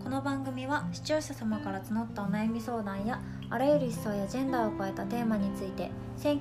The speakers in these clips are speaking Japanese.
この番組は視聴者様から募ったお悩み相談やあらゆる思想やジェンダーを超えたテーマについて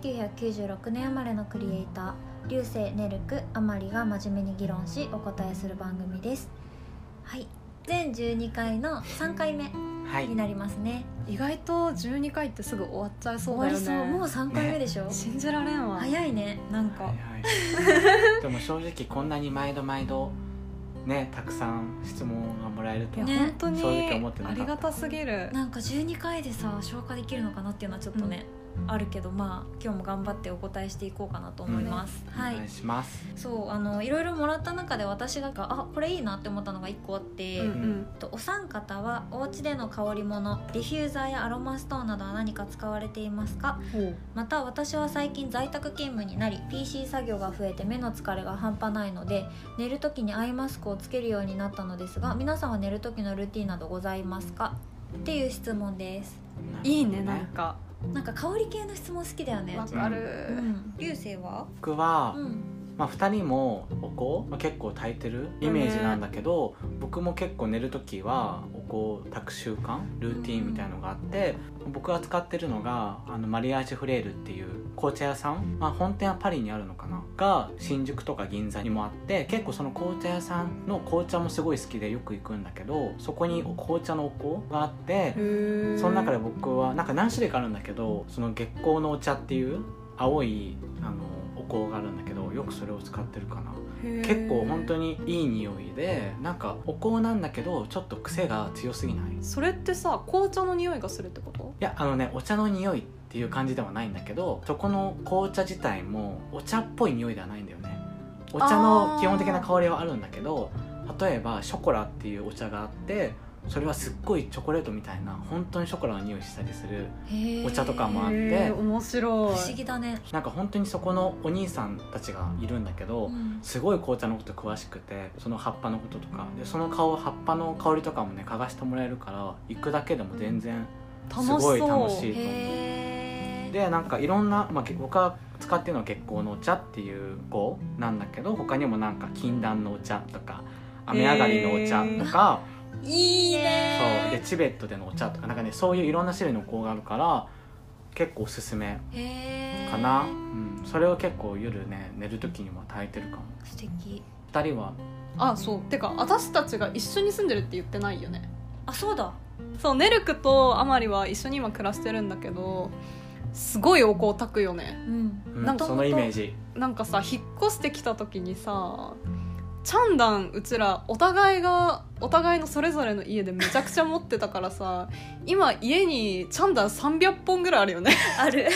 1996年生まれのクリエイター流星ねるくあまりが真面目に議論しお答えする番組です。はい、全12回の3回目になりますね、 はい、意外と12回ってすぐ終わっちゃいそうだよね。 終わりそう。もう3回目でしょ、ね、 信じられんわ。 早いね。なんか、 でも正直こんなに毎度ね、たくさん質問がもらえるとは、 ね、本当に正直思ってなかった。 ありがたすぎる。 なんか12回でさ消化できるのかなっていうのはちょっとね、あるけど、まあ今日も頑張ってお答えしていこうかなと思います、はい、 お願いします。 そういろいろもらった中で私がこれいいなって思ったのが1個あって、お三方はお家での香り物ディフューザーやアロマストーンなどは何か使われていますか？また私は最近在宅勤務になり PC 作業が増えて目の疲れが半端ないので寝る時にアイマスクをつけるようになったのですが、皆さんは寝る時のルーティンなどございますか？っていう質問です。 いいね。 なんか香り系の質問好きだよね。 わかる。 流星は？ 僕は、2人もお香、結構焚いてるイメージなんだけど、僕も結構寝るときはお香焚く習慣ルーティンみたいのがあって、僕が使ってるのがマリアージュフレールっていう紅茶屋さん、本店はパリにあるのかなが新宿とか銀座にもあって、結構その紅茶屋さんの紅茶もすごい好きでよく行くんだけど、そこに紅茶のお香があって、その中で僕はなんか何種類かあるんだけど、その月光のお茶っていう青いお香があるんだけど、よくそれを使ってるかな。結構本当にいい匂いで、なんかお香なんだけどちょっと癖が強すぎない？ それってさ、紅茶の匂いがするってこと？ いやお茶の匂いっていう感じではないんだけど、そこの紅茶自体もお茶っぽい匂いではないんだよね。お茶の基本的な香りはあるんだけど、例えばショコラっていうお茶があって、それはすっごいチョコレートみたいな本当にショコラの匂いしたりするお茶とかもあって、 面白い。不思議だね。 なんか本当にそこのお兄さんたちがいるんだけど、すごい紅茶のこと詳しくて、その葉っぱのこととかで、その葉っぱの香りとかもね嗅がしてもらえるから、行くだけでも全然すごい楽しいと思う。でなんかいろんな、僕が使ってるのは月光のお茶っていう香なんだけど、他にもなんか禁断のお茶とか雨上がりのお茶とか、 いいね。 そうでチベットでのお茶とか、なんかね、そういういろんな種類の香があるから結構おすすめかな。それを結構夜ね寝る時にも焚いてるかも。 素敵。 2人は？ そうてか私たちが一緒に住んでるって言ってないよね。 そうだ。 そう、ねるくとあまりは一緒に今暮らしてるんだけど、すごいお香焚くよね。 なんかそのイメージ。 なんかさ、引っ越してきた時にさ、チャンダンうちらお互いのそれぞれの家でめちゃくちゃ持ってたからさ、今家にチャンダン300本ぐらいあるよね。 ある。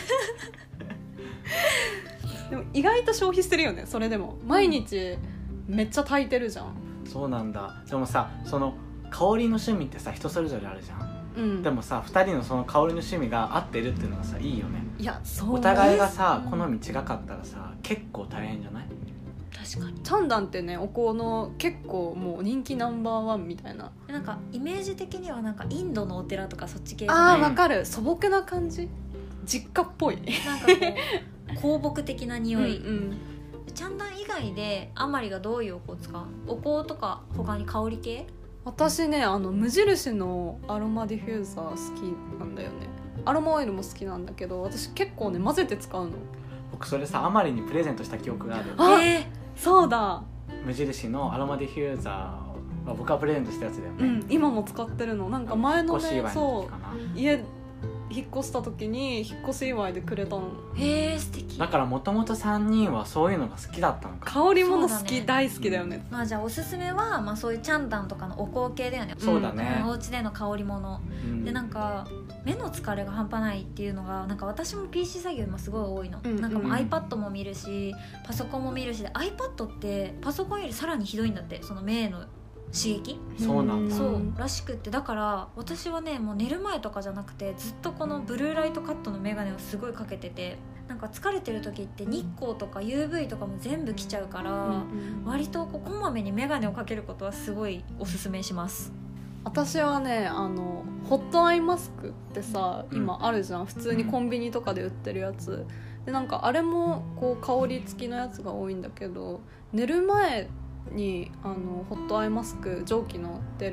でも意外と消費してるよね。それでも毎日めっちゃ焚いてるじゃん。 そうなんだ。でもさ、その香りの趣味ってさ人それぞれあるじゃん、でもさ2人のその香りの趣味が合ってるっていうのがさいいよね。 いや、そう。 お互いがさ好み違かったらさ結構大変じゃない？ 確かに。 チャンダンってね、お香の結構もう人気ナンバーワンみたいな。 なんかイメージ的にはなんかインドのお寺とかそっち系じゃない？ わかる。素朴な感じ、実家っぽい。 なんかこう香木的な匂い。チャンダン以外であまりがどういうお香使う？お香とか他に香り系？ 私ね、無印のアロマディフューザー好きなんだよね。アロマオイルも好きなんだけど、私結構ね混ぜて使うの。 僕それさあまりにプレゼントした記憶がある。 そうだ。 無印のアロマディフューザーは僕はプレゼントしたやつだよね。 今も使ってるの。なんか前のね、 そう家引っ越した時に引っ越し祝いでくれたの。 素敵。 だからもともと3人はそういうのが好きだったのか。 香り物好き、大好きだよね。 じゃあおすすめは、そういうチャンダンとかのお香系だよね。 そうだね。 お家での香り物、でなんか目の疲れが半端ないっていうのが、なんか私も PC 作業今すごい多いの、なんかもう iPad も見るしパソコンも見るし、で iPad ってパソコンよりさらにひどいんだって、その目への刺激。 そうなんだ。 そうらしくって、だから私はねもう寝る前とかじゃなくてずっとこのブルーライトカットのメガネをすごいかけてて、なんか疲れてる時って日光とか UV とかも全部来ちゃうから、割とこまめにメガネをかけることはすごいおすすめします。 私はね、ホットアイマスクってさ今あるじゃん、普通にコンビニとかで売ってるやつで、なんかあれもこう香り付きのやつが多いんだけど、寝る前にホットアイマスク蒸気の出る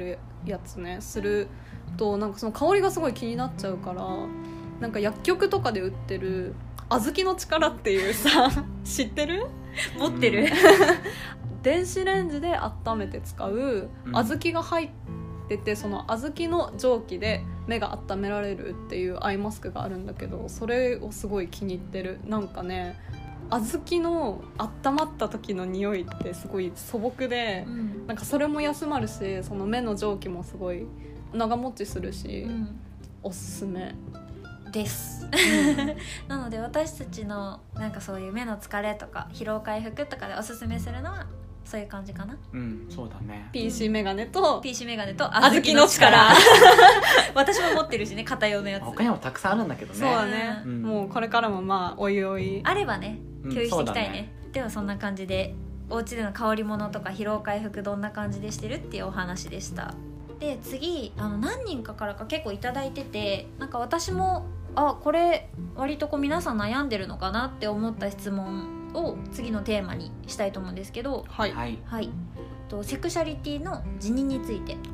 やつねするとなんかその香りがすごい気になっちゃうから、なんか薬局とかで売ってる小豆の力っていうさ知ってる？ 持ってる、 電子レンジで温めて使う小豆が入ってて、その小豆の蒸気で目が温められるっていうアイマスクがあるんだけど、それをすごい気に入ってる。なんかね小豆の温まった時の匂いってすごい素朴で、なんかそれも休まるし、その目の蒸気もすごい長持ちするし、おすすめですなので私たちのなんかそういう目の疲れとか疲労回復とかでおすすめするのはそういう感じかな。 そうだね。 PC メガネと PC メガネと小豆の力私も持ってるしね、片用のやつ。 他にもたくさんあるんだけどね。 そうだね、もうこれからもまあおいおいあればね共有していきたいね。ではそんな感じでお家での香り物とか疲労回復どんな感じでしてるっていうお話でした。で次何人かからか結構いただいてて、なんか私もこれ割と皆さん悩んでるのかなって思った質問を次のテーマにしたいと思うんですけど、 はい、 はい、セクシャリティの辞任について。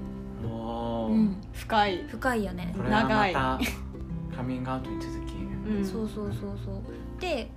深いよね。 これはまたカミングアウトに続き、 そうで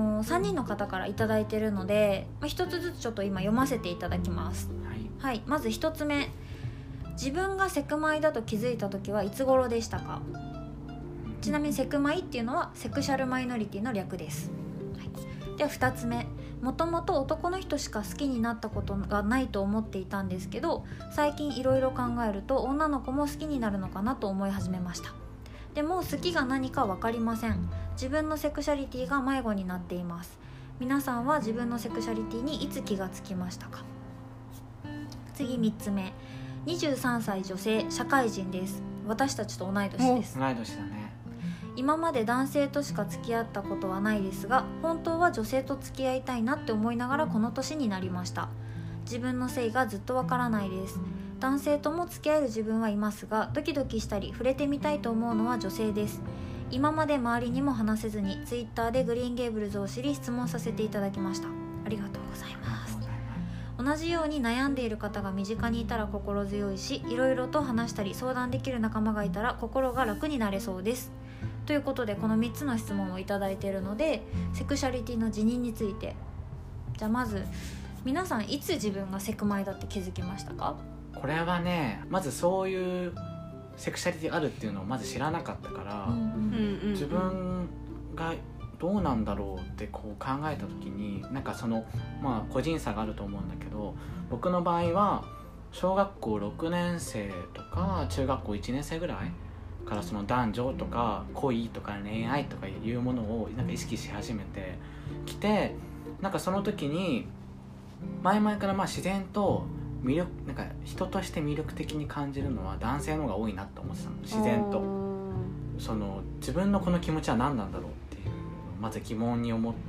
3人の方からいただいてるので、一つずつちょっと今読ませていただきます。はい、まず1つ目、自分がセクマイだと気づいた時はいつ頃でしたか？ちなみにセクマイっていうのはセクシャルマイノリティの略です。では2つ目、もともと男の人しか好きになったことがないと思っていたんですけど、最近いろいろ考えると女の子も好きになるのかなと思い始めました。でも好きが何か分かりません。自分のセクシャリティが迷子になっています。皆さんは自分のセクシャリティにいつ気がつきましたか？次3つ目、23歳女性社会人です。私たちと同い年です。 同い年だね。 今まで男性としか付き合ったことはないですが、本当は女性と付き合いたいなって思いながらこの年になりました。自分の性がずっとわからないです。男性とも付き合える自分はいますが、ドキドキしたり触れてみたいと思うのは女性です。今まで周りにも話せずにツイッターでグリーンゲーブルズを知り質問させていただきました。ありがとうございます。同じように悩んでいる方が身近にいたら心強いし、いろいろと話したり相談できる仲間がいたら心が楽になれそうです。ということでこの3つの質問をいただいているので、セクシャリティの辞任について。じゃあまず皆さんいつ自分がセクマイだって気づきましたか？ これはね、まずそういうセクシャリティあるっていうのをまず知らなかったから、自分がどうなんだろうってこう考えた時に、なんかその個人差があると思うんだけど、僕の場合は小学校6年生とか中学校1年生ぐらいからその男女とか恋とか恋愛とかいうものをなんか意識し始めてきて、なんかその時に前々から自然と魅力、なんか人として魅力的に感じるのは男性の方が多いなと思ってたの。自然とその自分のこの気持ちは何なんだろうっていうのをまず疑問に思って、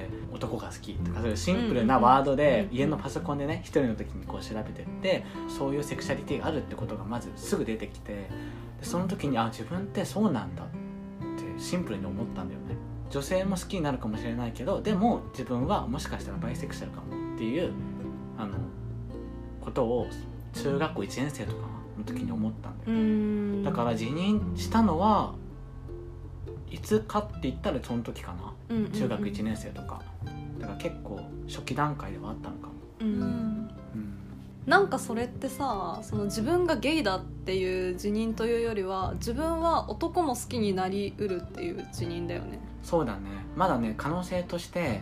男が好きとかそういうシンプルなワードで家のパソコンでね一人の時にこう調べてって、そういうセクシャリティがあるってことがまずすぐ出てきて、でその時に自分ってそうなんだってシンプルに思ったんだよね。女性も好きになるかもしれないけど、でも自分はもしかしたらバイセクシャルかもっていうことを中学校1年生とかの時に思ったんだよ。だから辞任したのはいつかって言ったらその時かな、中学1年生とかだから結構初期段階ではあったのかも。 なんかそれってさ、その自分がゲイだっていう辞任というよりは、自分は男も好きになりうるっていう辞任だよね。 そうだね。まだね可能性として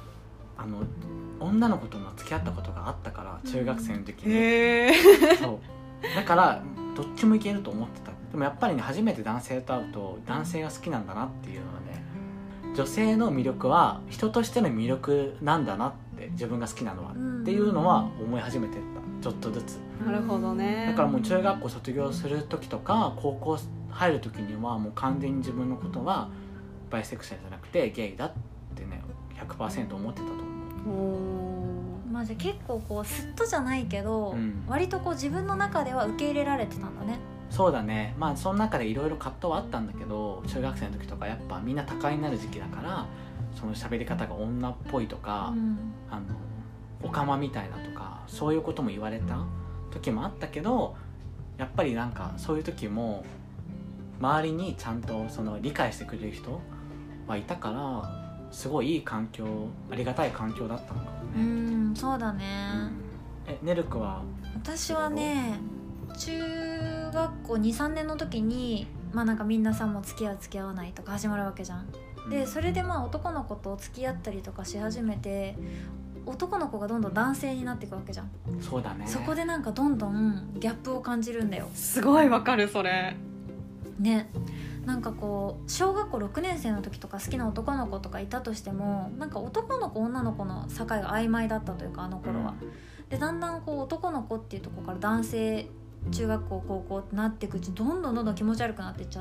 女の子とも付き合ったことがあったから、中学生の時に、そうだからどっちもいけると思ってた。でもやっぱりね、初めて男性と会うと男性が好きなんだなっていうのはね、女性の魅力は人としての魅力なんだなって、自分が好きなのはっていうのは思い始めてった、ちょっとずつ。 なるほどね。 だからもう中学校卒業する時とか高校入る時にはもう完全に自分のことはバイセクシャルじゃなくてゲイだってね 100% 思ってたと思う。 じゃあ結構こうスッとじゃないけど、割とこう自分の中では受け入れられてたんだね。 そうだね。その中でいろいろ葛藤はあったんだけど、中学生の時とかやっぱみんな多感になる時期だから、その喋り方が女っぽいとか、オカマみたいなとかそういうことも言われた時もあったけど、 やっぱりなんかそういう時も周りにちゃんとその理解してくれる人はいたから、すごいいい環境、ありがたい環境だったのかもね。 そうだね、 ねるくは？ 私はね、中学校 2,3 年の時にまあなんかみんなさもう付き合う付き合わないとか始まるわけじゃん。でそれでまあ男の子と付き合ったりとかし始めて、男の子がどんどん男性になっていくわけじゃん。 そうだね。 そこでなんかどんどんギャップを感じるんだよ。 すごいわかるそれね。なんかこう小学校6年生の時とか好きな男の子とかいたとしても、なんか男の子女の子の境が曖昧だったというか、あの頃は、でだんだんこう男の子っていうところから男性、中学校高校ってなっていくうちにどんどん気持ち悪くなっていっちゃって、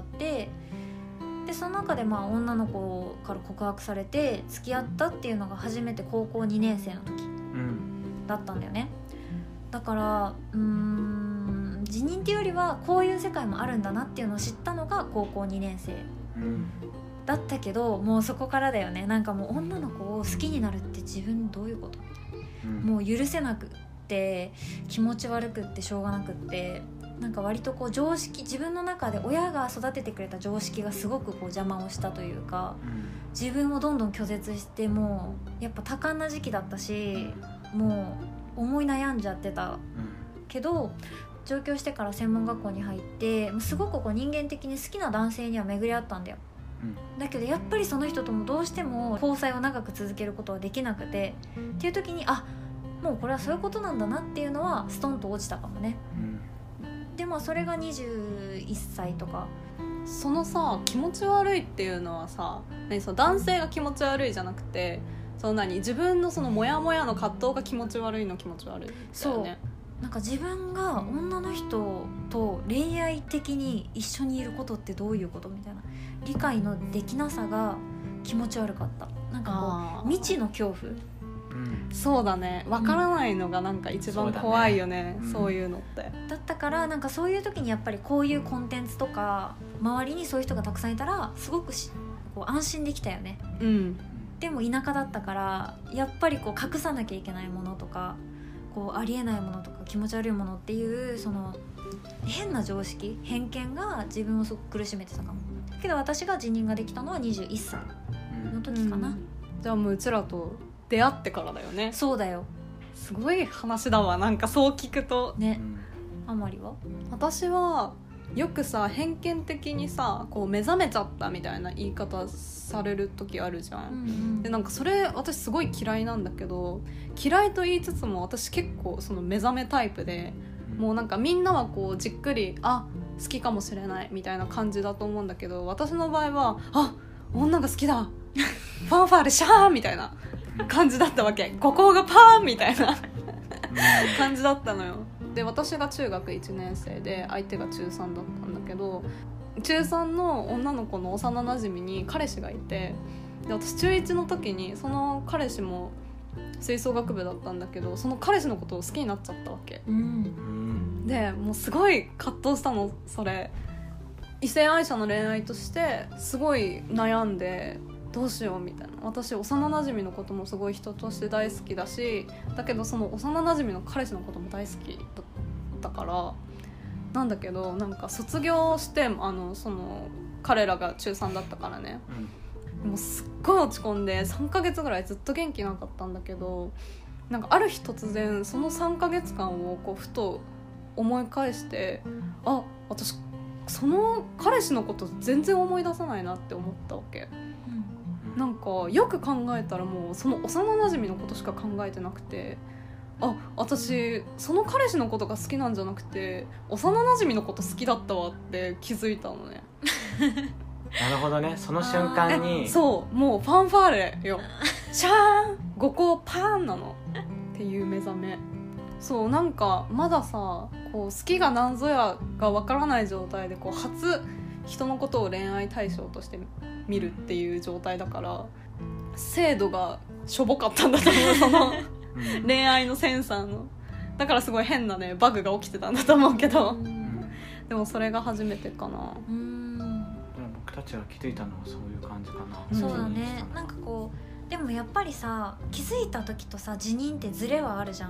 でその中でまあ女の子から告白されて付き合ったっていうのが初めて高校2年生の時だったんだよね。だから辞任っていうよりはこういう世界もあるんだなっていうのを知ったのが高校2年生だったけど、もうそこからだよね。なんかもう女の子を好きになるって自分どういうこと、もう許せなくって気持ち悪くってしょうがなくって、なんか割とこう常識、自分の中で親が育ててくれた常識がすごくこう邪魔をしたというか、自分をどんどん拒絶して、もうやっぱ多感な時期だったし、もう思い悩んじゃってたけど、上京してから専門学校に入ってすごくこう人間的に好きな男性には巡り合ったんだよ。だけどやっぱりその人ともどうしても交際を長く続けることはできなくて、っていう時にもうこれはそういうことなんだなっていうのはストンと落ちたかもね。でもそれが21歳とか。 そのさ、気持ち悪いっていうのはさ、その男性が気持ち悪いじゃなくて、その自分のそのモヤモヤの葛藤が気持ち悪いの気持ち悪いだよね。 そう、なんか自分が女の人と恋愛的に一緒にいることってどういうことみたいな理解のできなさが気持ち悪かった。なんかこう未知の恐怖、 そうだね、分からないのがなんか一番怖いよね、そういうのって。 だったからなんかそういう時にやっぱりこういうコンテンツとか周りにそういう人がたくさんいたらすごくこう安心できたよね。でも田舎だったからやっぱりこう隠さなきゃいけないものとか、こうありえないものとか気持ち悪いものっていうその変な常識、偏見が自分をすごく苦しめてたかも。けど私が辞任ができたのは21歳の時かな。 じゃあもううちらと出会ってからだよね。 そうだよ。 すごい話だわ、なんかそう聞くとね。あまりは？ 私はよくさ、偏見的にさ、こう目覚めちゃったみたいな言い方される時あるじゃん、でなんかそれ私すごい嫌いなんだけど、嫌いと言いつつも私結構その目覚めタイプで、もうなんかみんなはこうじっくり好きかもしれないみたいな感じだと思うんだけど、私の場合は女が好きだファンファーレシャーみたいな感じだったわけ。五光がパーンみたいな感じだったのよ。で私が中学1年生で相手が中3だったんだけど、中3の女の子の幼なじみに彼氏がいて、で私中1の時にその彼氏も吹奏楽部だったんだけど、その彼氏のことを好きになっちゃったわけ、でもうすごい葛藤したの。それ異性愛者の恋愛としてすごい悩んで、どうしようみたいな。私幼なじみのこともすごい人として大好きだし、だけどその幼なじみの彼氏のことも大好きだったからなんだけど、なんか卒業してその彼らが中3だったからね、もうすっごい落ち込んで3ヶ月ぐらいずっと元気なかったんだけど、なんかある日突然その3ヶ月間をこうふと思い返して、私その彼氏のこと全然思い出さないなって思ったわけ。なんかよく考えたらもうその幼なじみのことしか考えてなくて、私その彼氏のことが好きなんじゃなくて幼なじみのこと好きだったわって気づいたのねなるほどね。その瞬間にそうもうファンファーレよシャーン五光パーンなのっていう目覚め。そうなんかまださ、こう好きが何ぞやがわからない状態でこう初人のことを恋愛対象として見るっていう状態だから、精度がしょぼかったんだと思うその恋愛のセンサーの。だからすごい変なねバグが起きてたんだと思うけどでもそれが初めてかな。 僕たちが気づいたのはそういう感じかな。そうだね。なんかこうでもやっぱりさ、気づいた時とさ辞任ってズレはあるじゃん。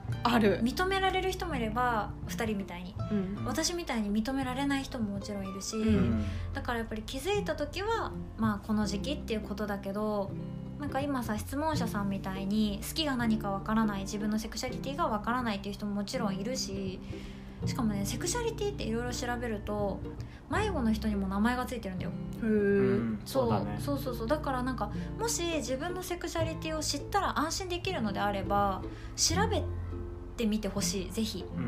ある。 認められる人もいれば2人みたいに、 うん、 私みたいに認められない人ももちろんいるし、 うん、 だからやっぱり気づいた時はまあこの時期っていうことだけど、なんか今さ質問者さんみたいに好きが何かわからない、自分のセクシャリティがわからないっていう人ももちろんいるし、しかもねセクシャリティっていろいろ調べると迷子の人にも名前がついてるんだよ。 へー、 そうだね。 そうだからなんかもし自分のセクシャリティを知ったら安心できるのであれば調べてみてほしい、ぜひ、 うん、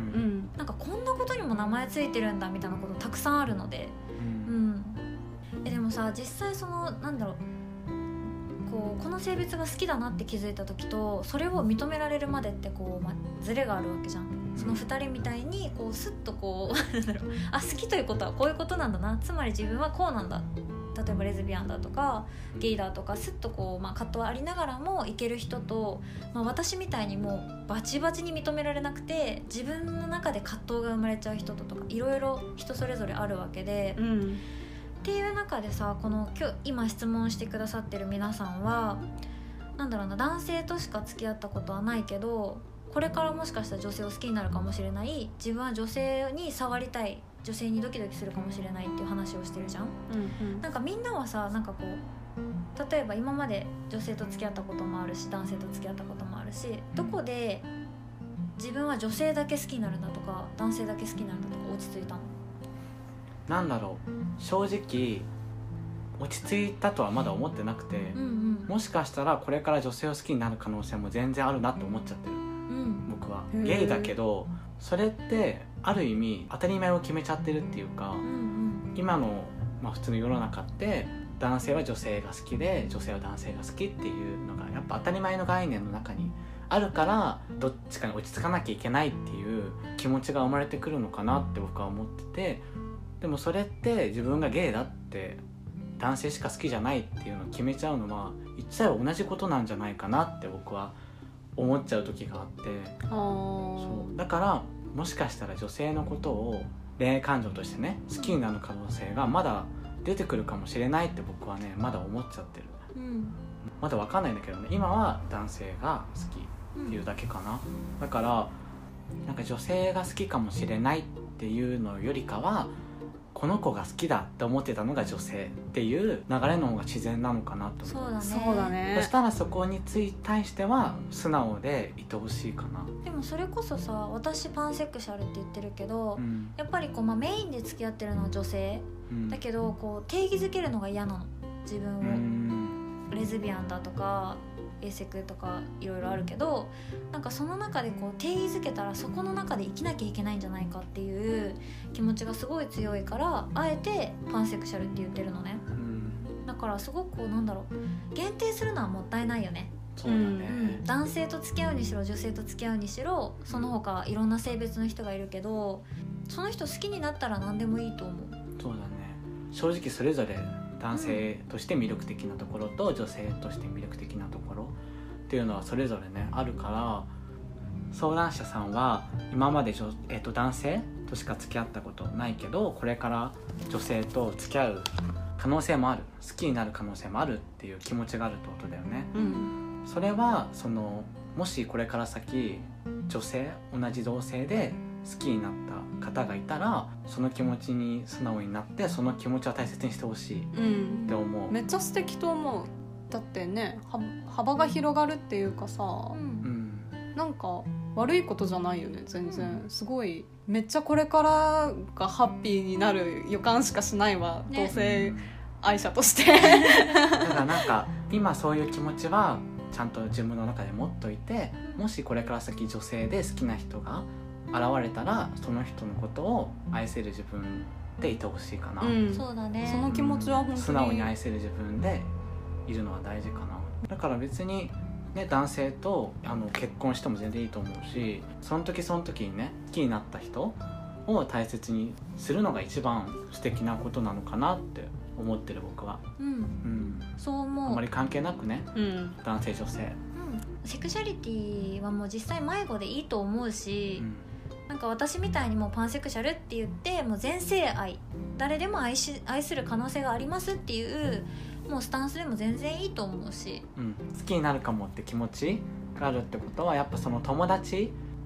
なんかこんなことにも名前ついてるんだみたいなことたくさんあるので、でもさ実際そのなんだろう、この性別が好きだなって気づいた時とそれを認められるまでってズレがあるわけじゃん。その2人みたいにスッとなんだろう、あ好きということはこういうことなんだな、つまり自分はこうなんだ、例えばレズビアンだとかゲイだとかスッと葛藤はありながらもいける人と、私みたいにもうバチバチに認められなくて自分の中で葛藤が生まれちゃう人とかいろいろ人それぞれあるわけで、っていう中でさ、今質問してくださってる皆さんはなんだろうな、男性としか付き合ったことはないけどこれからもしかしたら女性を好きになるかもしれない、自分は女性に触りたい、女性にドキドキするかもしれないっていう話をしてるじゃん、なんかみんなはさ、なんか例えば今まで女性と付き合ったこともあるし男性と付き合ったこともあるし、どこで自分は女性だけ好きになるんだとか男性だけ好きになるんだとか落ち着いたの？ なんだろう、正直落ち着いたとはまだ思ってなくて、もしかしたらこれから女性を好きになる可能性も全然あるなって思っちゃってる、僕はゲイだけどそれってある意味当たり前を決めちゃってるっていうか、今の、普通の世の中って男性は女性が好きで女性は男性が好きっていうのがやっぱ当たり前の概念の中にあるから、どっちかに落ち着かなきゃいけないっていう気持ちが生まれてくるのかなって僕は思ってて、でもそれって自分がゲイだって男性しか好きじゃないっていうのを決めちゃうのは一切同じことなんじゃないかなって僕は思っちゃう時があって、そうだからもしかしたら女性のことを恋愛感情としてね好きになる可能性がまだ出てくるかもしれないって僕はねまだ思っちゃってる、まだ分かんないんだけどね、今は男性が好きっていうだけかな、だからなんか女性が好きかもしれないっていうのよりかはこの子が好きだって思ってたのが女性っていう流れの方が自然なのかなと思う。 そうだね。 そしたらそこに対しては素直でいてほしいかな。 でもそれこそさ、私パンセクシャルって言ってるけど、やっぱりメインで付き合ってるのは女性、だけど定義づけるのが嫌なの、自分を。レズビアンだとかエーセクとかいろいろあるけど、なんかその中で定義づけたらそこの中で生きなきゃいけないんじゃないかっていう気持ちがすごい強いから、あえてパンセクシャルって言ってるのね、だからすごくなんだろう、限定するのはもったいないよね。 そうだね、 男性と付き合うにしろ女性と付き合うにしろその他いろんな性別の人がいるけど、その人好きになったら何でもいいと思う。 そうだね、正直それぞれ男性として魅力的なところと女性として魅力的なところっていうのはそれぞれねあるから、相談者さんは今まで男性としか付き合ったことないけどこれから女性と付き合う可能性もある、好きになる可能性もあるっていう気持ちがあるってことだよね、それはもしこれから先女性同じ同性で好きになった方がいたらその気持ちに素直になってその気持ちは大切にしてほしいって思う、 めっちゃ素敵と思う。だってね、幅が広がるっていうかさ、なんか悪いことじゃないよね全然、すごいめっちゃこれからがハッピーになる予感しかしないわ、同性愛者としてだからなんか今そういう気持ちはちゃんと自分の中で持っといて、もしこれから先女性で好きな人が現れたらその人のことを愛せる自分でいてほしいかな、 そうだね、 その気持ちは本当に素直に愛せる自分でいるのは大事かな。だから別にね、男性と結婚しても全然いいと思うし、その時その時にね好きになった人を大切にするのが一番素敵なことなのかなって思ってる僕は、そう思う。あまり関係なくね、男性女性、 セクシャリティはもう実際迷子でいいと思うし、なんか私みたいにもうパンセクシャルって言ってもう全性愛、誰でも愛する可能性がありますっていうもうスタンスでも全然いいと思うし、 好きになるかもって気持ちがあるってことはやっぱその友達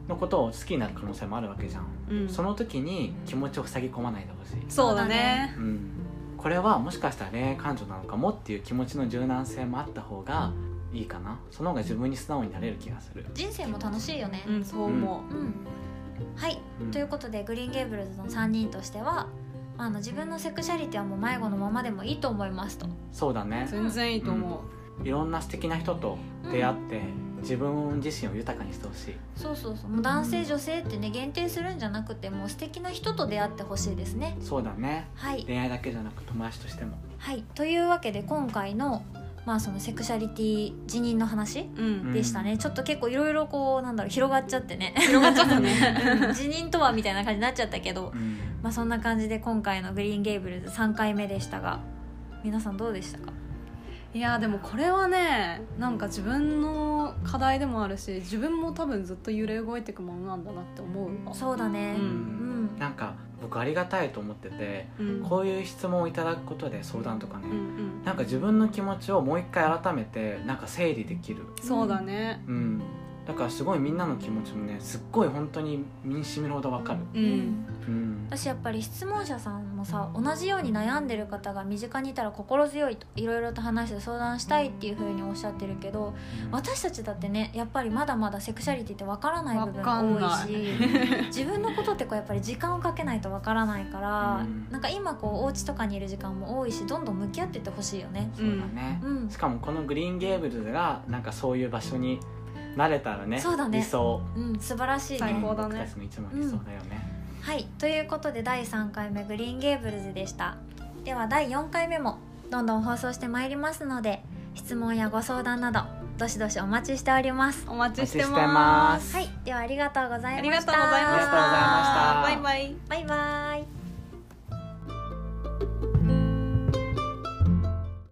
のことを好きになる可能性もあるわけじゃん、 うん、 その時に気持ちを塞ぎ込まないでほしい。 そうだね、 うん、これはもしかしたら恋愛感情なのかもっていう気持ちの柔軟性もあった方がいいかな。その方が自分に素直になれる気がする。 人生も楽しいよね。 うん、そう思う、 うんはい、ということでグリーンゲーブルズの3人としては、自分のセクシャリティはもう迷子のままでもいいと思いますと。 そうだね、 全然いいと思う、 いろんな素敵な人と出会って、自分自身を豊かにしてほしい。 そうそうそう、もう男性女性ってね限定するんじゃなくて、もう素敵な人と出会ってほしいですね。 そうだね、 はい、 恋愛だけじゃなく友達としても。 はい、というわけで今回のそのセクシャリティ辞任の話でしたね、ちょっと結構いろいろこう広がっちゃってね広がっちゃったね辞任とはみたいな感じになっちゃったけど、そんな感じで今回のグリーンゲーブルズ3回目でしたが、皆さんどうでしたか？ いやでもこれはね、なんか自分の課題でもあるし、自分も多分ずっと揺れ動いていくものなんだなって思うわ。 そうだね、 なんか僕ありがたいと思ってて、こういう質問をいただくことで相談とかね、なんか自分の気持ちをもう一回改めてなんか整理できる。 そうだね、 だからすごいみんなの気持ちもね、すっごい本当に身に染みるほど分かる。 私やっぱり質問者さんもさ、同じように悩んでる方が身近にいたら心強いと、いろいろと話して相談したいっていう風におっしゃってるけど、私たちだってねやっぱりまだまだセクシャリティって分からない部分が多いし自分のことってやっぱり時間をかけないと分からないから、なんか今お家とかにいる時間も多いし、どんどん向き合っていってほしいよね。 そうだね、しかもこのグリーンゲーブルズがなんかそういう場所に慣れたらね、 そうだね、 理想、 素晴らしいね、 最高だね、 僕たちの一番理想だよね、 はい、ということで第3回目グリーンゲーブルズでした。では第4回目もどんどん放送してまいりますので、質問やご相談などどしどしお待ちしております。 お待ちしてます。 はい、ではありがとうございました。 ありがとうございました。バイバイ。 バイバイ。